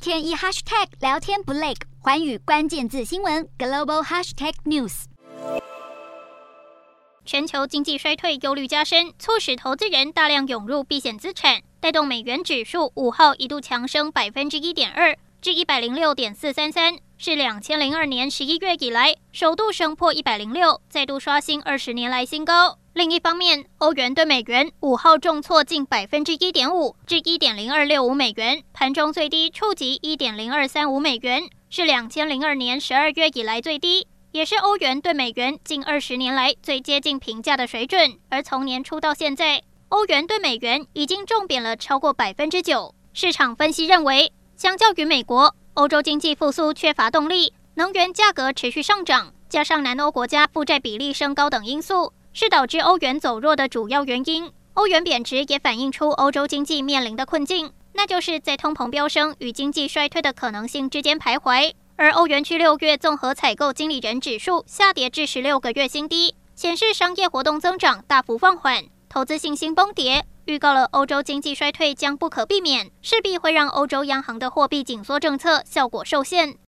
天一 hashtag 聊天不累，寰宇关键字新闻 global hashtag news。 全球经济衰退忧虑加深，促使投资人大量涌入避险资产，带动美元指数5号一度强升1.2%至106.433，是2002年11月以来首度升破106，再度刷新20年来新高。另一方面，欧元对美元5号重挫近1.5%至1.0265美元，盘中最低触及1.0235美元，是2002年12月以来最低，也是欧元对美元近20年来最接近平价的水准。而从年初到现在，欧元对美元已经重贬了超过9%。市场分析认为，相较于美国，欧洲经济复苏缺乏动力，能源价格持续上涨，加上南欧国家负债比例升高等因素，是导致欧元走弱的主要原因。欧元贬值也反映出欧洲经济面临的困境，那就是在通膨飙升与经济衰退的可能性之间徘徊。而欧元区6月综合采购经理人指数下跌至16个月新低，显示商业活动增长大幅放缓，投资信心崩跌，预告了欧洲经济衰退将不可避免，势必会让欧洲央行的货币紧缩政策效果受限。